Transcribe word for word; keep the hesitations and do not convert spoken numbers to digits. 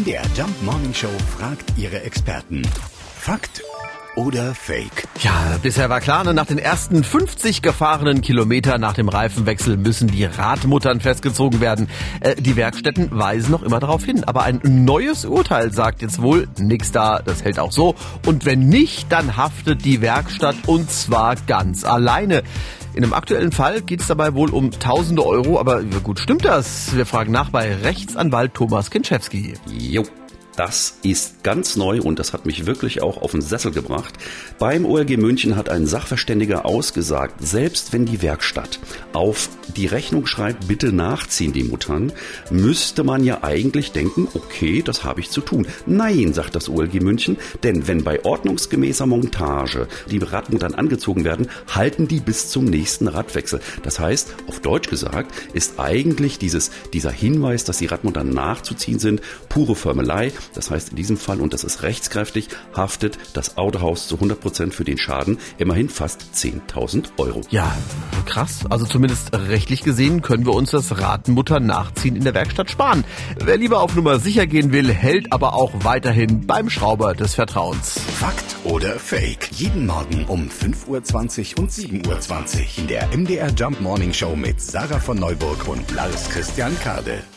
M D R Jump Morning Show fragt ihre Experten. Fakt oder Fake? Ja, bisher war klar, nach den ersten fünfzig gefahrenen Kilometern nach dem Reifenwechsel müssen die Radmuttern festgezogen werden. Äh, die Werkstätten weisen noch immer darauf hin. Aber ein neues Urteil sagt jetzt wohl, nix da, das hält auch so. Und wenn nicht, dann haftet die Werkstatt und zwar ganz alleine. In einem aktuellen Fall geht es dabei wohl um tausende Euro. Aber gut, stimmt das? Wir fragen nach bei Rechtsanwalt Thomas Kinschewski. Jo. Das ist ganz neu und das hat mich wirklich auch auf den Sessel gebracht. Beim O L G München hat ein Sachverständiger ausgesagt, selbst wenn die Werkstatt auf die Rechnung schreibt, bitte nachziehen die Muttern, müsste man ja eigentlich denken, okay, das habe ich zu tun. Nein, sagt das O L G München, denn wenn bei ordnungsgemäßer Montage die Radmuttern angezogen werden, halten die bis zum nächsten Radwechsel. Das heißt, auf Deutsch gesagt, ist eigentlich dieses, dieser Hinweis, dass die Radmuttern nachzuziehen sind, pure Förmelei. Das heißt, in diesem Fall, und das ist rechtskräftig, haftet das Autohaus zu hundert Prozent für den Schaden, immerhin fast zehntausend Euro. Ja, krass. Also zumindest rechtlich gesehen können wir uns das Radmutter nachziehen in der Werkstatt sparen. Wer lieber auf Nummer sicher gehen will, hält aber auch weiterhin beim Schrauber des Vertrauens. Fakt oder Fake? Jeden Morgen um fünf Uhr zwanzig und sieben Uhr zwanzig in der M D R Jump Morning Show mit Sarah von Neuburg und Lars Christian Kade.